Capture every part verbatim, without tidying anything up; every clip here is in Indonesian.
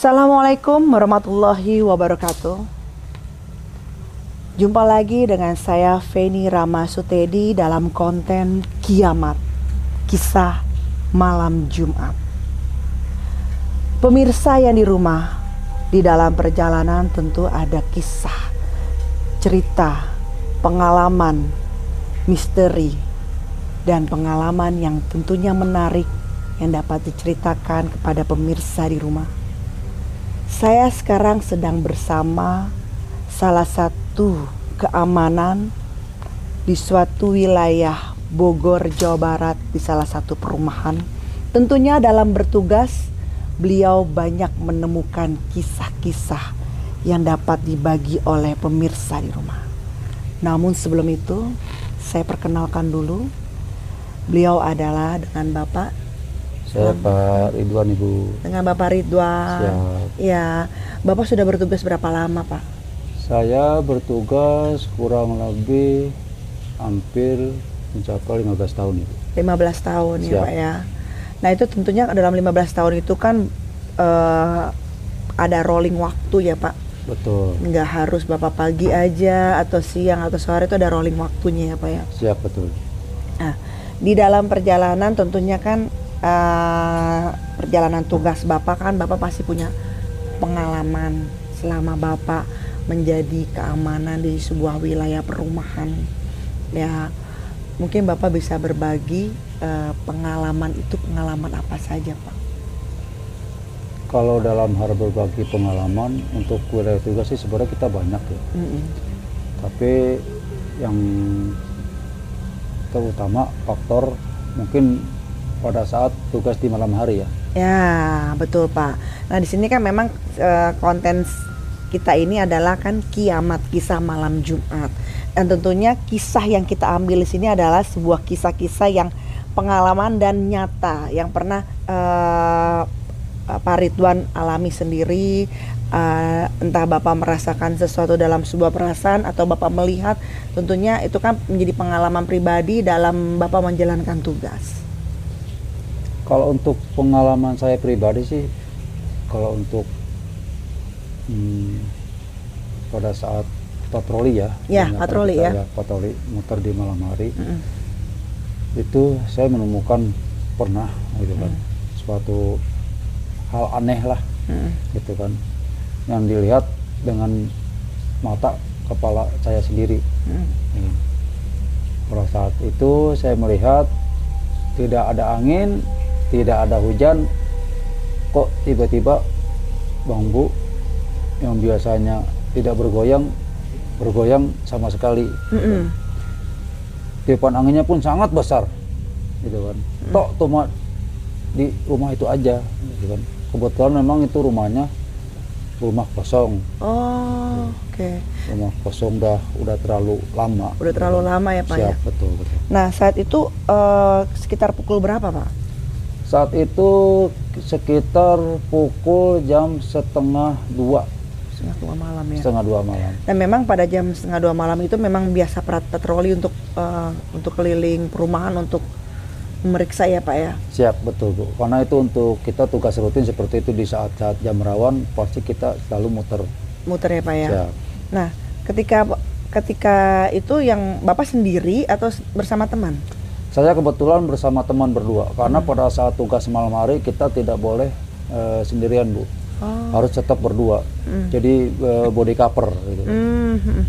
Assalamualaikum warahmatullahi wabarakatuh. Jumpa lagi dengan saya Feni Ramasutedi dalam konten Kiamat, Kisah Malam Jumat. Pemirsa yang di rumah, di dalam perjalanan tentu ada kisah, cerita, pengalaman, misteri, dan pengalaman yang tentunya menarik yang dapat diceritakan kepada pemirsa di rumah. Saya sekarang sedang bersama salah satu keamanan di suatu wilayah Bogor, Jawa Barat, di salah satu perumahan. Tentunya dalam bertugas, beliau banyak menemukan kisah-kisah yang dapat dibagi oleh pemirsa di rumah. Namun sebelum itu, saya perkenalkan dulu. Beliau adalah dengan Bapak Saya Pak Ridwan, Ibu. Dengan Bapak Ridwan. Siap. Ya, Bapak sudah bertugas berapa lama, Pak? Saya bertugas kurang lebih hampir mencapai lima belas tahun, Ibu. lima belas tahun. Siap. Ya, Pak ya. Nah, itu tentunya dalam lima belas tahun itu kan uh, ada rolling waktu ya, Pak. Betul. Nggak harus Bapak pagi aja atau siang atau sore, itu ada rolling waktunya ya, Pak ya. Siap, betul. Nah, di dalam perjalanan tentunya kan Uh, perjalanan tugas Bapak kan Bapak pasti punya pengalaman selama Bapak menjadi keamanan di sebuah wilayah perumahan. Ya, mungkin Bapak bisa berbagi uh, pengalaman itu, pengalaman apa saja, Pak? Kalau dalam hal berbagi pengalaman untuk wilayah tugas sih sebenarnya kita banyak ya. Mm-mm. Tapi yang terutama faktor mungkin pada saat tugas di malam hari ya. Ya, betul, Pak. Nah, di sini kan memang uh, konten kita ini adalah kan kiamat, kisah malam Jumat. Dan tentunya kisah yang kita ambil di sini adalah sebuah kisah-kisah yang pengalaman dan nyata yang pernah uh, Pak Ridwan alami sendiri. Uh, entah Bapak merasakan sesuatu dalam sebuah perasaan atau Bapak melihat, tentunya itu kan menjadi pengalaman pribadi dalam Bapak menjalankan tugas. Kalau untuk pengalaman saya pribadi sih, kalau untuk hmm, pada saat patroli ya, ya patroli ya, ya, patroli muter di malam hari, mm-hmm. itu saya menemukan pernah gitu kan, mm. suatu hal aneh lah, mm. gitu kan, yang dilihat dengan mata kepala saya sendiri. Mm. Ya. Pada saat itu saya melihat tidak ada angin, tidak ada hujan, kok tiba-tiba bambu yang biasanya tidak bergoyang, bergoyang sama sekali. Mm-hmm. Tiupan anginnya pun sangat besar, gitu kan. Mm. Tok cuma di rumah itu aja, gitu kan. Kebetulan memang itu rumahnya rumah kosong. Oh, oke. Okay. Rumah kosong udah udah terlalu lama. Udah terlalu gitu. lama ya, Pak. Siap, ya. Betul, betul. Nah, saat itu uh, sekitar pukul berapa, Pak? Saat itu sekitar pukul jam setengah dua. Setengah dua malam ya. Setengah dua malam. Dan memang pada jam setengah dua malam itu memang biasa patroli untuk uh, untuk keliling perumahan untuk memeriksa ya, Pak ya. Siap, betul, Bu. Karena itu untuk kita tugas rutin seperti itu di saat-saat jam rawan pasti kita selalu muter. Muter ya, Pak ya. Siap. Nah, ketika ketika itu yang Bapak sendiri atau bersama teman? Saya kebetulan bersama teman berdua, karena hmm. pada saat tugas malam hari kita tidak boleh e, sendirian, Bu. Oh. Harus tetap berdua. Hmm. Jadi e, body cover gitu. Hmm.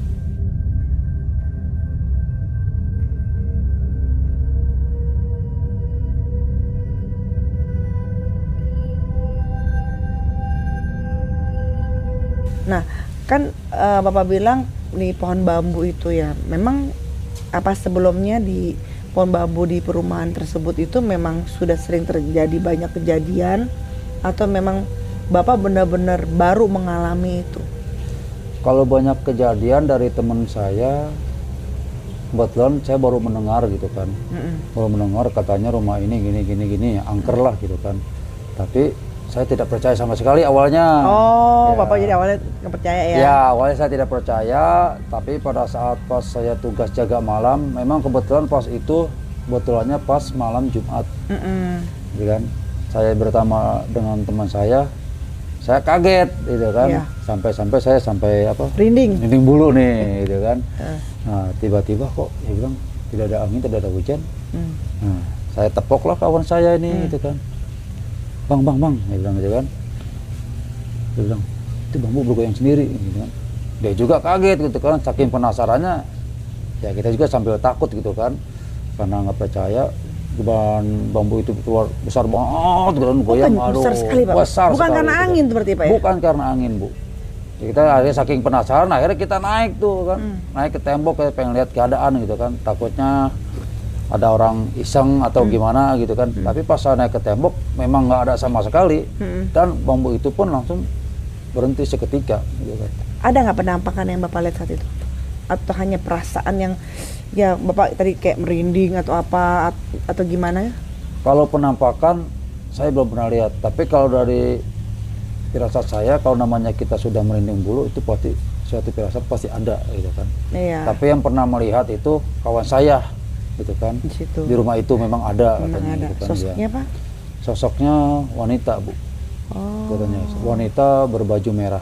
Nah, kan e, Bapak bilang di pohon bambu itu ya, memang apa sebelumnya di pohon bambu di perumahan tersebut itu memang sudah sering terjadi banyak kejadian atau memang Bapak benar-benar baru mengalami itu? Kalau banyak kejadian dari teman saya, kebetulan saya baru mendengar gitu kan, mm-mm. baru mendengar katanya rumah ini gini gini gini, angker lah gitu kan. Tapi saya tidak percaya sama sekali awalnya. Oh, ya. Bapak jadi awalnya nggak percaya ya? Ya, awalnya saya tidak percaya, tapi pada saat pas saya tugas jaga malam, memang kebetulan pas itu, kebetulannya pas malam Jumat. Mm-mm. Gitu kan, saya bersama dengan teman saya, Saya kaget gitu kan, Iya. sampai-sampai saya sampai apa? Rinding. Rinding bulu nih gitu kan. Uh. Nah tiba-tiba kok dia bilang tidak ada angin, tidak ada hujan. Hmm. Nah saya tepok lah kawan saya ini Hmm. gitu kan. Bang, bang, bang, dia bilang gitu kan. Dia bilang, itu bambu bergoyang sendiri gitu kan. Dia juga kaget gitu kan, saking penasarannya. Ya kita juga sambil takut gitu kan. Karena nggak percaya beban bambu itu keluar besar banget gitu kan, goyang. Oh, Aduh, besar sekali, Pak. besar Bukan sekali, karena gitu. angin seperti Pak ya? Bukan karena angin, Bu. Ya, kita akhirnya saking penasaran, akhirnya kita naik tuh kan. Hmm. Naik ke tembok, kita pengen lihat keadaan gitu kan. Takutnya ada orang iseng atau Hmm. gimana gitu kan. Hmm. Tapi pas saya naik ke tembok, memang nggak ada sama sekali. Hmm. Dan bambu itu pun langsung berhenti seketika gitu kan. Ada nggak penampakan yang Bapak lihat saat itu? Atau hanya perasaan yang ya Bapak tadi kayak merinding atau apa at- atau gimana? Kalau penampakan saya belum pernah lihat, tapi kalau dari firasat saya, kalau namanya kita sudah merinding bulu itu pasti suatu firasat pasti ada gitu kan. Iya. Tapi yang pernah melihat itu kawan saya gitu kan. Di situ. Di rumah itu memang ada Memang katanya ada. gitu kan. Sosoknya Ya. Pak? Sosoknya wanita, Bu. Oh. Katanya wanita berbaju merah.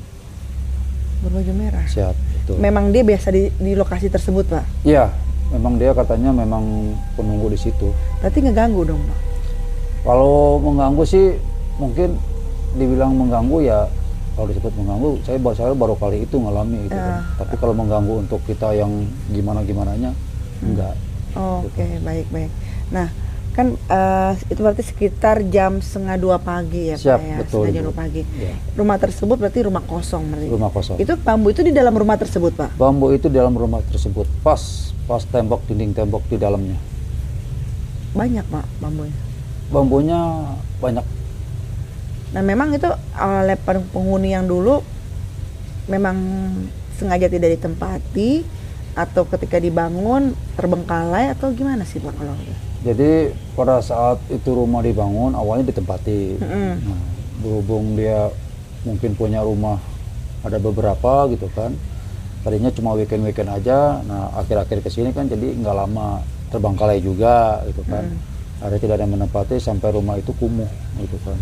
Berbaju merah. Siap, itu. Memang dia biasa di, di lokasi tersebut, Pak. Iya, memang dia katanya memang penunggu di situ. Berarti ngeganggu dong, Pak. Kalau mengganggu sih mungkin dibilang mengganggu ya, kalau disebut mengganggu saya baru saya baru kali itu ngalami gitu kan. Ah. Tapi kalau mengganggu untuk kita yang gimana gimananya enggak. Oh, Gitu. Oke, baik baik. Nah, kan eh, itu berarti sekitar jam setengah dua pagi ya, Siap, Pak ya. betul, Setengah jam Ibu. dua pagi. Ya. Rumah tersebut berarti rumah kosong berarti. Rumah kosong. Itu bambu itu di dalam rumah tersebut, Pak. Bambu itu di dalam rumah tersebut, pas pas tembok dinding tembok di dalamnya. Banyak, Pak, bambunya. Bambunya banyak. Nah, memang itu oleh pen- penghuni yang dulu memang sengaja tidak ditempati atau ketika dibangun terbengkalai atau gimana sih, Pak kalau? Jadi pada saat itu rumah dibangun awalnya ditempati. Mm-mm. Nah, berhubung dia mungkin punya rumah ada beberapa gitu kan. Tadinya cuma weekend-weekend aja. Nah akhir-akhir kesini kan jadi nggak lama terbengkalai juga gitu kan. Mm. Ada tidak ada yang menempati sampai rumah itu kumuh gitu kan.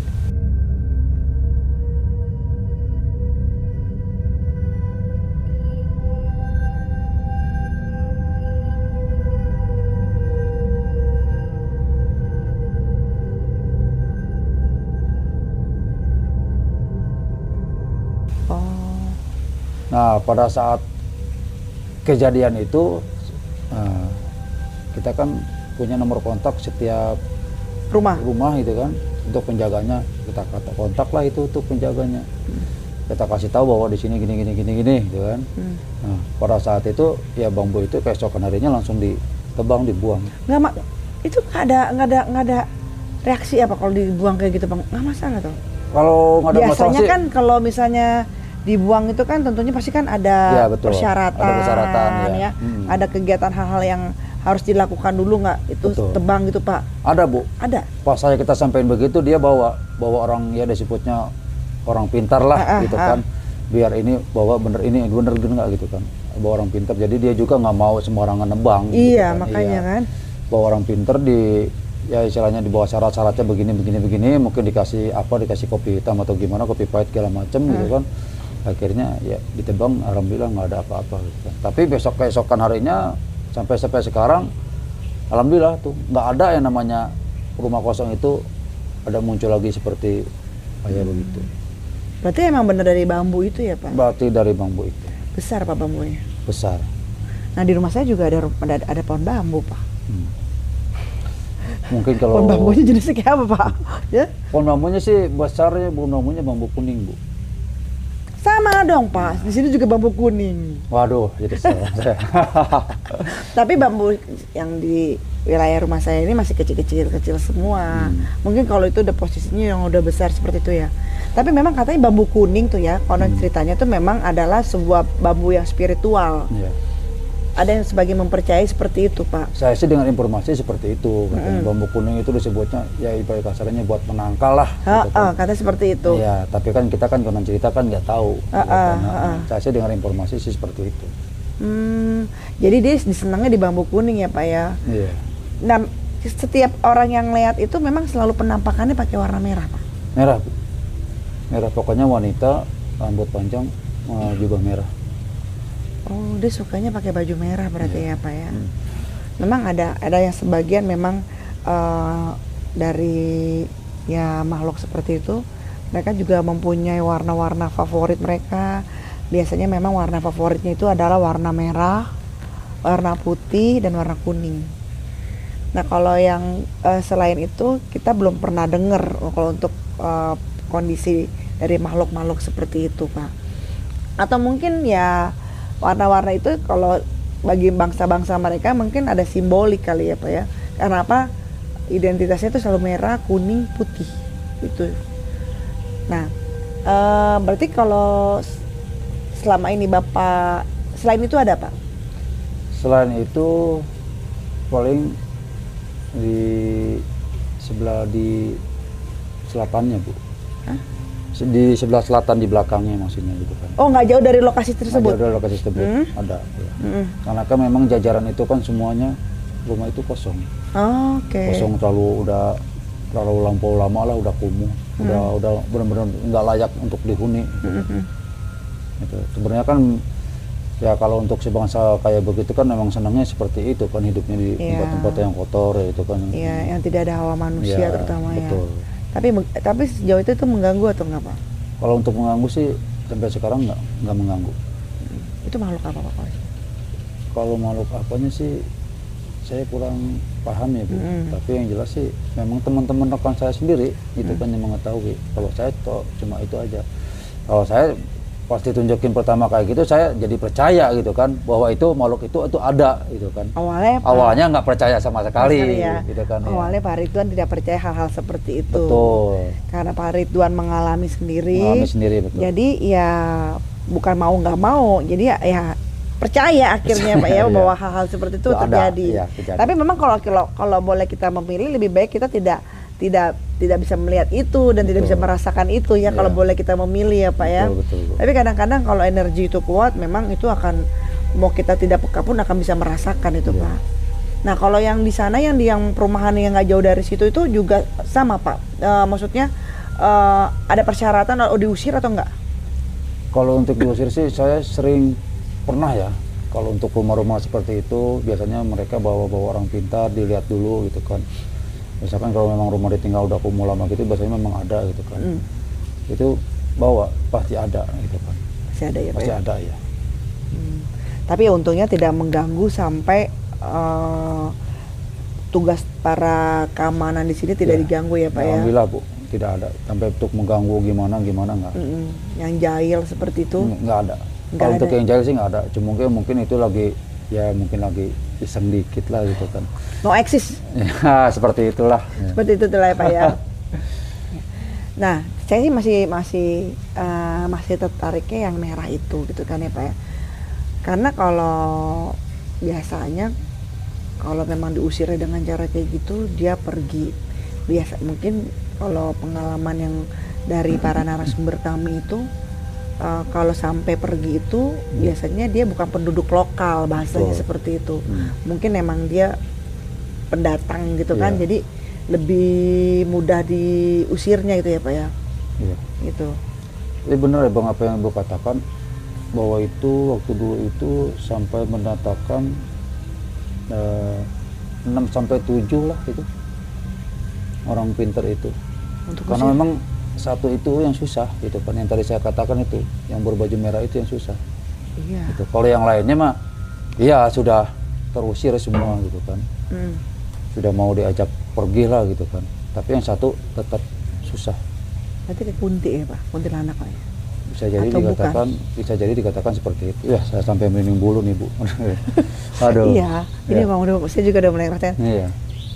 Oh. Nah pada saat kejadian itu nah, kita kan punya nomor kontak setiap Rumah. rumah gitu kan untuk penjaganya, kita kata kontak lah itu untuk penjaganya. Kita kasih tahu bahwa di sini gini gini gini gini gitu kan. Hmm. Nah pada saat itu ya bambu itu keesokan harinya langsung ditebang, dibuang. Nggak, Mak. Itu nggak ada nggak ada nggak ada reaksi apa kalau dibuang kayak gitu, Bang? Nggak masalah tuh. Kalau nggak ada masalah Biasanya sih, kan kalau misalnya dibuang itu kan tentunya pasti kan ada Ya, betul. persyaratan, Ada persyaratan, ya. ya. Hmm. Ada kegiatan hal-hal yang harus dilakukan dulu nggak itu Betul. tebang gitu, Pak? ada Bu. Ada. Pas saya kita sampaikan begitu dia bawa bawa orang ya disebutnya orang pintar lah Ah, ah, gitu ah. kan. Biar ini bawa bener ini bener bener nggak gitu kan. Bawa orang pintar jadi dia juga nggak mau sembarangan nebang. gitu Iya, kan. makanya Iya. kan. Bawa orang pintar di ya istilahnya di bawah syarat-syaratnya begini begini begini mungkin dikasih apa dikasih kopi hitam atau gimana kopi pahit segala macam gitu Hmm. kan. Akhirnya ya ditebang alhamdulillah nggak ada apa-apa gitu kan. Tapi besok keesokan harinya sampai sampai sekarang alhamdulillah tuh nggak ada yang namanya rumah kosong itu ada muncul lagi seperti kayak Hmm. begitu. Berarti emang bener dari bambu itu ya, Pak? Berarti dari bambu itu Besar, Pak, bambunya. besar. Nah, di rumah saya juga ada ru- ada, ada pohon bambu, Pak. Hmm. Mungkin kalau Pohon bambunya jenisnya kayak apa, Pak? Ya? pohon bambunya sih besarnya pohon bambunya bambu kuning Bu. Sama dong, Pak. Di sini juga bambu kuning. Waduh, jadi salah saya. Tapi bambu yang di wilayah rumah saya ini masih kecil-kecil kecil semua. Hmm. Mungkin kalau itu udah posisinya yang udah besar seperti itu ya. Tapi memang katanya bambu kuning tuh ya, konon Hmm. ceritanya tuh memang adalah sebuah bambu yang spiritual. Iya. Ada yang sebagai mempercayai seperti itu, Pak. Saya sih dengan informasi seperti itu. Katanya Mm-mm. bambu kuning itu disebutnya ya ibarat kasarnya buat menangkal lah. Ha, gitu kan. katanya seperti itu. Iya, tapi kan kita kan konon cerita kan nggak tahu. Ah, gitu kan. ah, Nah, ah. Saya sih dengar informasi sih seperti itu. Hmm, jadi dia disenangnya di bambu kuning ya, Pak ya. Iya. Nah, setiap orang yang lihat itu memang selalu penampakannya pakai warna merah, Pak. Merah Bu. Merah pokoknya wanita, rambut panjang, uh, jubah merah. Oh, dia sukanya pakai baju merah berarti Iya. ya Pak ya. Hmm. Memang ada ada yang sebagian memang uh, dari ya makhluk seperti itu, mereka juga mempunyai warna-warna favorit mereka. Biasanya memang warna favoritnya itu adalah warna merah, warna putih, dan warna kuning. Nah kalau yang uh, selain itu kita belum pernah dengar kalau untuk uh, kondisi dari makhluk-makhluk seperti itu Pak. Atau mungkin ya warna-warna itu kalau bagi bangsa-bangsa mereka mungkin ada simbolik kali ya Pak ya. Karena apa? Identitasnya itu selalu merah, kuning, putih itu. Nah uh, berarti kalau selama ini Bapak selain itu ada Pak? Selain itu paling di sebelah di selatannya Bu. Hah? Di sebelah selatan di belakangnya maksudnya gitu kan. Oh nggak jauh dari lokasi tersebut? Nggak jauh dari lokasi tersebut Hmm? ada. Ya. Hmm. Karena kan memang jajaran itu kan semuanya rumah itu kosong. Oh, oke. Okay. Kosong terlalu udah terlalu lampau lama lah, udah kumuh, hmm. udah udah benar-benar nggak layak untuk dihuni. Gitu. Hmm. Gitu. Sebenarnya kan ya kalau untuk sebangsa kayak begitu kan memang senangnya seperti itu kan, hidupnya di yeah. tempat-tempat yang kotor ya itu kan. Iya, yeah, yang tidak ada hawa manusia yeah, terutama betul. Ya. Tapi tapi sejauh itu itu mengganggu atau enggak Pak? Kalau untuk mengganggu sih sampai sekarang nggak nggak mengganggu. Hmm. Itu makhluk apa Pak? Kalau makhluk apanya sih saya kurang paham ya Bu. Hmm. Tapi yang jelas sih memang teman-teman rekan saya sendiri itu hmm. kan yang mengetahui. Kalau saya toh cuma itu aja. Kalau saya pasti tunjukin pertama kayak gitu saya jadi percaya gitu kan bahwa itu makhluk itu itu ada gitu kan. Awalnya Pak, awalnya nggak percaya sama sekali ya. Gitu kan. Awalnya ya. Pak Ridwan tidak percaya hal-hal seperti itu. Betul. Karena Pak Ridwan mengalami sendiri. Mengalami sendiri betul. Jadi ya bukan mau nggak mau. Jadi ya, ya percaya akhirnya Pak ya bahwa hal-hal seperti itu, itu terjadi. Ada, ya, Tapi memang kalau kalau kalau boleh kita memilih lebih baik kita tidak tidak tidak bisa melihat itu dan betul. Tidak bisa merasakan itu ya, ya kalau boleh kita memilih ya Pak ya. Betul, betul, betul. Tapi kadang-kadang kalau energi itu kuat memang itu akan mau kita tidak peka pun akan bisa merasakan itu ya. Pak. Nah kalau yang di sana yang di yang perumahan yang nggak jauh dari situ itu juga sama Pak. E, maksudnya e, ada persyaratan atau diusir atau enggak? Kalau untuk diusir sih saya sering pernah ya. Kalau untuk rumah-rumah seperti itu biasanya mereka bawa-bawa orang pintar dilihat dulu gitu kan. Misalkan kalau memang rumah ditinggal udah kumuh lama gitu biasanya memang ada gitu kan. Mm. Itu bawa pasti ada gitu kan. Pasti ada ya Pak. Pasti ya? ada ya. Hmm. Tapi untungnya tidak mengganggu sampai uh, tugas para keamanan di sini tidak ya. Diganggu ya Pak ya. Alhamdulillah Bu, tidak ada sampai untuk mengganggu gimana gimana enggak. Mm-mm. Yang jahil seperti itu? Enggak ada. Kalau untuk yang jahil sih enggak ada. Cuma mungkin mungkin itu lagi ya mungkin lagi iseng dikit lah gitu kan. No eksis. Ya seperti itulah. Seperti itu lah ya Pak ya. Nah saya sih masih masih uh, masih tertariknya yang merah itu gitu kan ya Pak ya. Karena kalau biasanya kalau memang diusirnya dengan cara kayak gitu dia pergi. Biasa mungkin kalau pengalaman yang dari para narasumber kami itu Uh, kalau sampai pergi itu hmm. biasanya dia bukan penduduk lokal bahasanya. Betul. Seperti itu. Hmm. Mungkin memang dia pendatang gitu kan, yeah. Jadi lebih mudah diusirnya itu ya Pak ya. Iya. Gitu. Ini benar ya Bang apa yang Ibu katakan bahwa itu waktu dulu itu sampai mendatangkan uh, enam sampai tujuh lah itu orang pintar itu. Untuk karena usir? Memang satu itu yang susah gitu kan, yang tadi saya katakan itu yang berbaju merah itu yang susah. Iya. Gitu. Kalau yang lainnya mah iya sudah terusir semua gitu kan. Mm. Sudah mau diajak pergi lah gitu kan. Tapi yang satu tetap susah. Berarti kayak kunti ya Pak, kuntilanak Pak ya? Bisa jadi atau dikatakan bukan? Bisa jadi dikatakan seperti itu. Ya saya sampai merinding bulu nih Bu. Aduh. Iya, ini ya. Bang udah saya juga udah mulai ngerasain. Iya.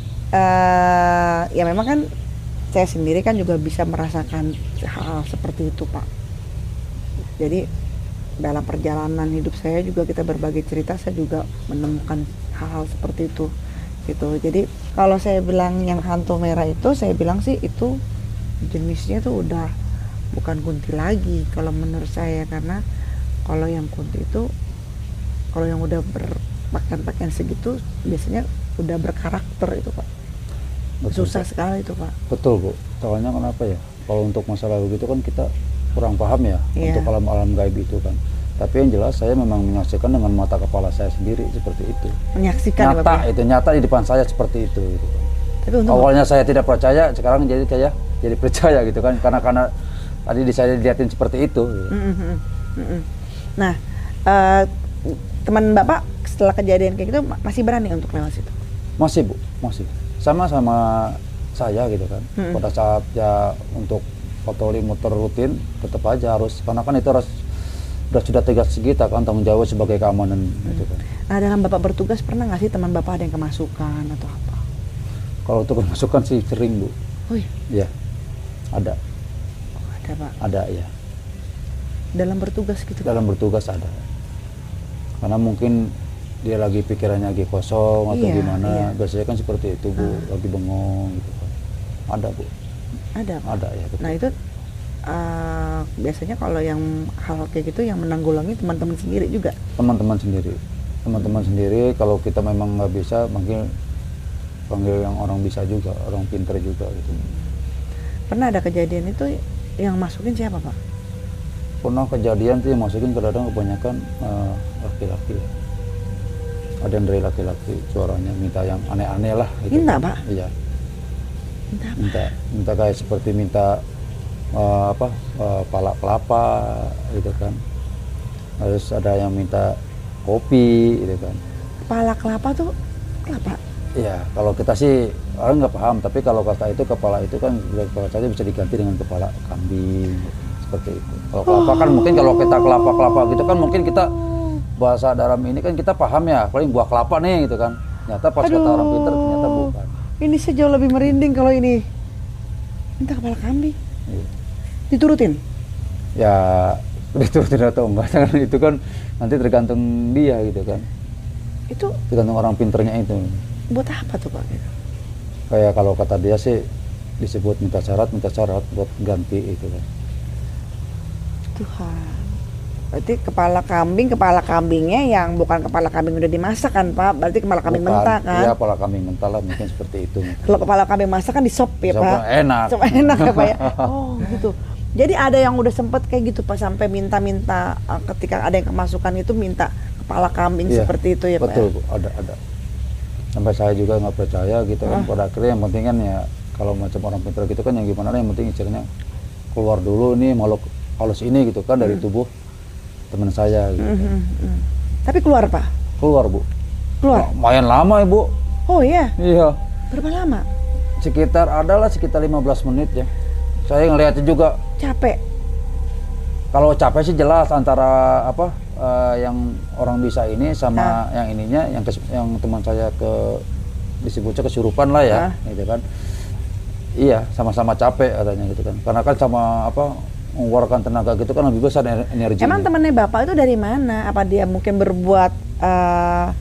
Uh, ya memang kan saya sendiri kan juga bisa merasakan hal seperti itu Pak. Jadi dalam perjalanan hidup saya juga kita berbagi cerita, saya juga menemukan hal-hal seperti itu gitu. Jadi kalau saya bilang yang hantu merah itu, saya bilang sih itu jenisnya tuh udah bukan kunti lagi kalau menurut saya. Karena kalau yang kunti itu kalau yang udah berpakaian-pakaian segitu biasanya udah berkarakter itu Pak. Betul, susah sekali itu Pak. Betul Bu. Soalnya kenapa ya? kalau untuk masalah begitu kan kita kurang paham ya yeah. untuk alam-alam gaib itu kan. Tapi yang jelas saya memang menyaksikan dengan mata kepala saya sendiri seperti itu. Menyaksikan nyata ya, itu nyata di depan saya seperti itu. Gitu kan. Tapi untuk awalnya saya tidak percaya, sekarang jadi saya jadi percaya gitu kan, karena karena tadi di saya dilihatin seperti itu. Gitu. Mm-hmm. Mm-hmm. Nah, uh, teman Bapak setelah kejadian kayak gitu masih berani untuk lewat situ? Masih Bu, masih. Sama-sama saya gitu kan. Hmm. Pada saat ya untuk patroli motor rutin tetap aja harus, karena kan itu harus udah sudah tegas kita kan tanggung jawab sebagai keamanan hmm. gitu kan. Nah, dalam Bapak bertugas pernah nggak sih teman Bapak ada yang kemasukan atau apa? Kalau untuk kemasukan sih sering Bu. Oh iya? Ya, ada. Oh, ada Pak? Ada ya. Dalam bertugas gitu? Dalam bertugas ada. Karena mungkin dia lagi pikirannya lagi kosong atau iya, gimana, iya. biasanya kan seperti itu Bu, hmm. lagi bengong gitu kan. Ada Bu. Ada Pak? Ada ya. Betul. Nah itu uh, biasanya kalau yang hal kayak gitu yang menanggulangi teman-teman sendiri juga? Teman-teman sendiri. Teman-teman sendiri, kalau kita memang nggak bisa, panggil panggil yang orang bisa juga, orang pinter juga gitu. Pernah ada kejadian itu yang masukin siapa Pak? Pernah kejadian tuh yang masukin kadang-kadang kebanyakan uh, laki-laki. Ada yang dari laki-laki suaranya minta yang aneh-aneh lah gitu. Minta Pak? Iya. Minta apa? Minta, minta kayak seperti minta uh, apa uh, palak kelapa gitu kan. Terus ada yang minta kopi gitu kan. Kepala kelapa tuh kelapa? Iya, kalau kita sih orang nggak paham, tapi kalau kata itu kepala itu kan kalau saja bisa diganti dengan kepala kambing seperti itu. Kalau kelapa oh. kan mungkin kalau kita kelapa-kelapa gitu kan mungkin kita bahasa dalam ini kan kita paham ya, paling buah kelapa nih gitu kan. Ternyata pas Aduh, kata orang pintar ternyata bukan. Ini sejauh lebih merinding kalau ini. Minta kepala kambing. Iya. Diturutin? Ya diturutin atau enggak kan itu kan nanti tergantung dia gitu kan. Itu tergantung orang pinternya itu. Buat apa tuh Pak? Kayak kalau kata dia sih disebut minta syarat, minta syarat buat ganti itu kan. Tuhan. Berarti kepala kambing, kepala kambingnya yang bukan kepala kambing udah dimasak kan Pak? Berarti kepala kambing bukan, mentah kan? Iya, kepala kambing mentah lah mungkin seperti itu. Kalau kepala kambing masak kan di sop ya sop Pak? Enak. Sop enak ya Pak ya? Oh gitu. Jadi ada yang udah sempet kayak gitu Pak, sampai minta-minta ketika ada yang kemasukan itu minta kepala kambing iya, seperti itu ya Pak? Betul Bu, ada, ada. Sampai saya juga nggak percaya gitu kan. Ah. Pada akhirnya yang penting kan ya kalau macam orang pintar gitu kan yang gimana yang penting istilahnya keluar dulu nih makhluk halus ini gitu kan dari hmm. tubuh teman saya gitu. Mm-hmm. Mm. Tapi keluar Pak? Keluar Bu. Keluar? Nah, lumayan lama Ibu. Oh iya? Iya. Berapa lama? Sekitar adalah sekitar lima belas menit ya. Saya ngeliatnya juga. Capek? Kalau capek sih jelas antara apa uh, yang orang bisa ini sama ah. yang ininya yang kes, yang teman saya ke disebutnya kesurupan lah ya, ah. gitu kan. Iya, sama-sama capek katanya gitu kan. Karena kan sama apa mengeluarkan tenaga gitu kan lebih besar energi. Emang temennya Bapak itu dari mana? Apa dia mungkin berbuat uh,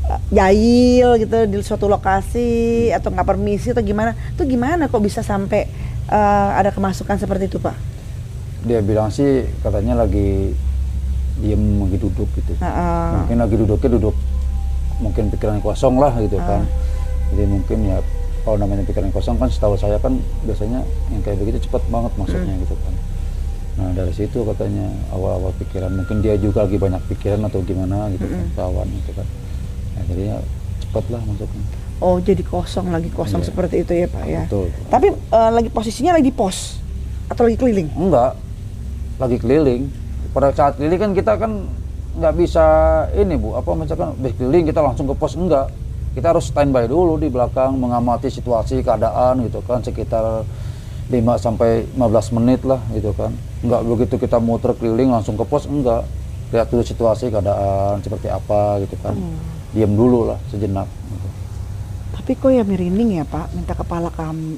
jahil gitu di suatu lokasi hmm. atau nggak permisi atau gimana? Itu gimana kok bisa sampai uh, ada kemasukan seperti itu Pak? Dia bilang sih katanya lagi diem lagi duduk gitu. Uh -uh. Mungkin lagi duduknya duduk mungkin pikiran kosong lah gitu uh. kan. Jadi mungkin ya kalau namanya pikiran kosong kan setahu saya kan biasanya yang kayak begitu cepat banget masuknya hmm. gitu kan. Nah dari situ katanya awal-awal pikiran mungkin dia juga lagi banyak pikiran atau gimana gitu mm-hmm. kan kawan gitu kan. Nah, jadinya cepet lah masuknya. Oh jadi kosong lagi kosong iya. Seperti itu ya Pak ya. Betul. Tapi uh, lagi posisinya lagi di pos atau lagi keliling? Enggak, lagi keliling. Pada saat keliling kan kita kan nggak bisa ini Bu apa misalkan habis keliling kita langsung ke pos enggak. Kita harus standby dulu di belakang mengamati situasi keadaan gitu kan sekitar lima sampai lima belas menit lah gitu kan. Enggak begitu kita muter keliling langsung ke pos, enggak. Lihat dulu situasi keadaan seperti apa gitu kan. Hmm. Diam dulu lah sejenak gitu. Tapi kok ya merinding ya Pak, minta kepala kambing.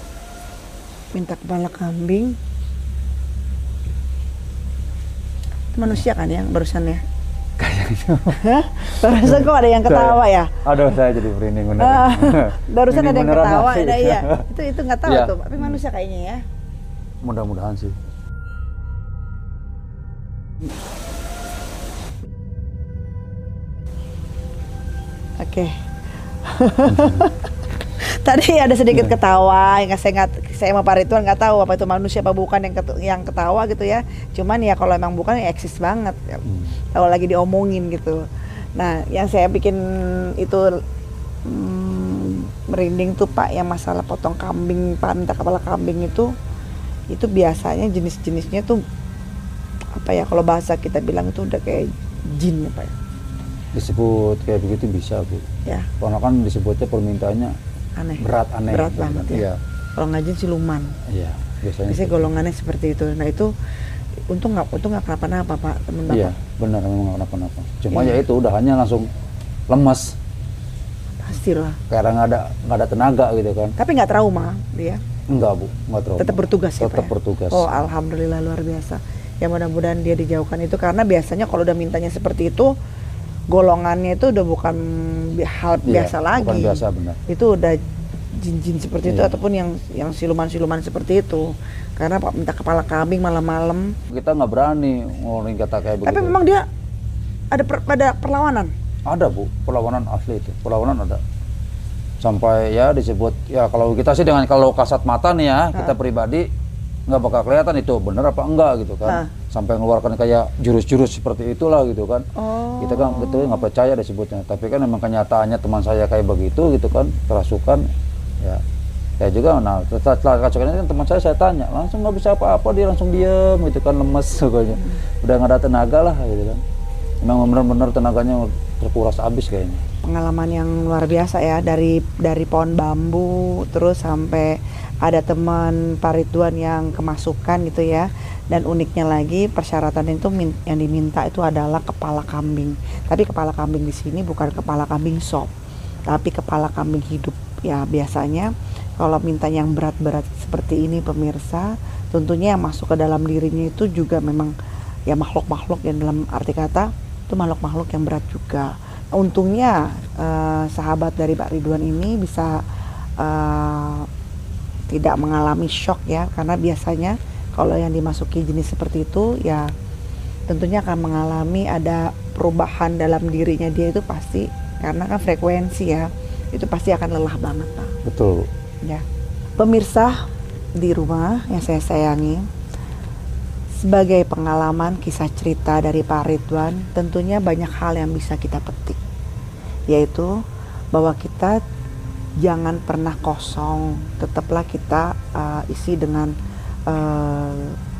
Minta kepala kambing. Itu manusia kan yang barusan ya? Kayaknya. Hah? Barusan kok ada yang ketawa ya? Aduh saya jadi merinding bener. Uh, barusan ada yang ketawa, ada iya. Itu itu nggak tahu ya. Tuh, tapi manusia kayaknya ya. Mudah-mudahan sih. Oke. Okay. Tadi ada sedikit Ya. ketawa, yang saya nggak, saya sama Pak Ridwan nggak tahu apa itu manusia apa bukan yang ket- yang ketawa gitu ya. Cuman ya kalau emang bukan ya eksis banget. Hmm. Kalau lagi diomongin gitu. Nah, yang saya bikin itu hmm, merinding tuh Pak, yang masalah potong kambing, Pak minta kepala kambing itu, itu biasanya jenis-jenisnya tuh apa ya, kalau bahasa kita bilang itu udah kayak jin ya Pak ya. Disebut kayak begitu bisa Bu. Ya, Karena kan disebutnya permintaannya aneh. berat aneh. Berat gitu banget kan. ya. Iya. Kalau nggak jin siluman. Iya. Biasanya. Biasanya seperti golongannya seperti itu. Nah itu untung nggak untung nggak kenapa-napa Pak teman itu. Iya, Bapak. benar memang nggak kenapa-napa. Cuma Iya. ya itu udah hanya langsung lemas. Pastilah. Kayak nggak ada nggak ada tenaga gitu kan. Tapi nggak trauma dia. Enggak Bu, nggak trauma. Tetap bertugas ya Pak. Tetap ya? bertugas. Oh alhamdulillah luar biasa. Ya mudah-mudahan dia dijauhkan itu, karena biasanya kalau udah mintanya seperti itu, golongannya itu udah bukan bi- hal Iya, biasa lagi. bukan biasa, benar. Itu udah jin-jin seperti itu Iya. ataupun yang yang siluman-siluman seperti itu. Karena Pak minta kepala kambing malam-malam. Kita nggak berani ngeluarin kata kayak begitu. Tapi memang dia ada per, ada perlawanan. Ada Bu, perlawanan asli itu, perlawanan ada. Sampai ya disebut, ya kalau kita sih dengan kalau kasat mata nih ya, kita pribadi nggak bakal kelihatan itu bener apa enggak gitu kan. Hah. Sampai mengeluarkan kayak jurus-jurus seperti itulah gitu kan. Oh. Kita kan gitu nggak percaya disebutnya, tapi kan memang kenyataannya teman saya kayak begitu gitu kan, kerasukan ya. Ya juga, nah setelah setelah kerasukan itu kan teman saya saya tanya, langsung nggak bisa apa-apa, dia langsung diem gitu kan, lemes pokoknya. Udah nggak ada tenaga lah gitu kan. Memang benar-benar tenaganya terkuras habis kayaknya. Pengalaman yang luar biasa ya, dari dari pohon bambu terus sampai ada teman Pak Ridwan yang kemasukan gitu ya. Dan uniknya lagi persyaratan itu min- yang diminta itu adalah kepala kambing. Tapi kepala kambing di sini bukan kepala kambing sop, tapi kepala kambing hidup. Ya biasanya kalau minta yang berat-berat seperti ini pemirsa, tentunya yang masuk ke dalam dirinya itu juga memang ya makhluk-makhluk yang dalam arti kata itu makhluk-makhluk yang berat juga. Untungnya eh, sahabat dari Pak Ridwan ini bisa eh, tidak mengalami shock ya, karena biasanya kalau yang dimasuki jenis seperti itu ya tentunya akan mengalami ada perubahan dalam dirinya dia itu pasti, karena kan frekuensi ya, itu pasti akan lelah banget Pak. Betul. Ya, pemirsa di rumah yang saya sayangi, sebagai pengalaman kisah cerita dari Pak Ridwan, tentunya banyak hal yang bisa kita petik, yaitu bahwa kita jangan pernah kosong, tetaplah kita uh, isi dengan uh,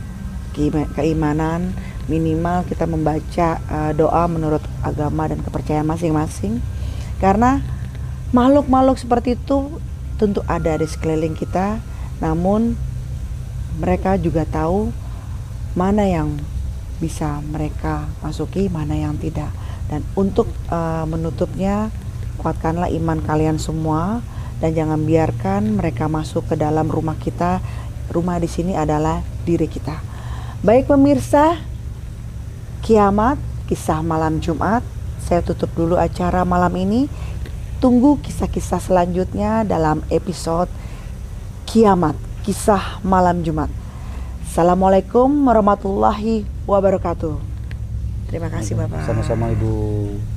keimanan, minimal kita membaca uh, doa menurut agama dan kepercayaan masing-masing, karena makhluk-makhluk seperti itu tentu ada di sekeliling kita, namun mereka juga tahu mana yang bisa mereka masuki, mana yang tidak. Dan untuk uh, menutupnya, kuatkanlah iman kalian semua dan jangan biarkan mereka masuk ke dalam rumah kita. Rumah di sini adalah diri kita. Baik pemirsa, Kiamat, kisah malam Jumat. Saya tutup dulu acara malam ini. Tunggu kisah-kisah selanjutnya dalam episode Kiamat, kisah malam Jumat. Assalamualaikum warahmatullahi wabarakatuh. Terima kasih Bapak. Sama-sama Ibu.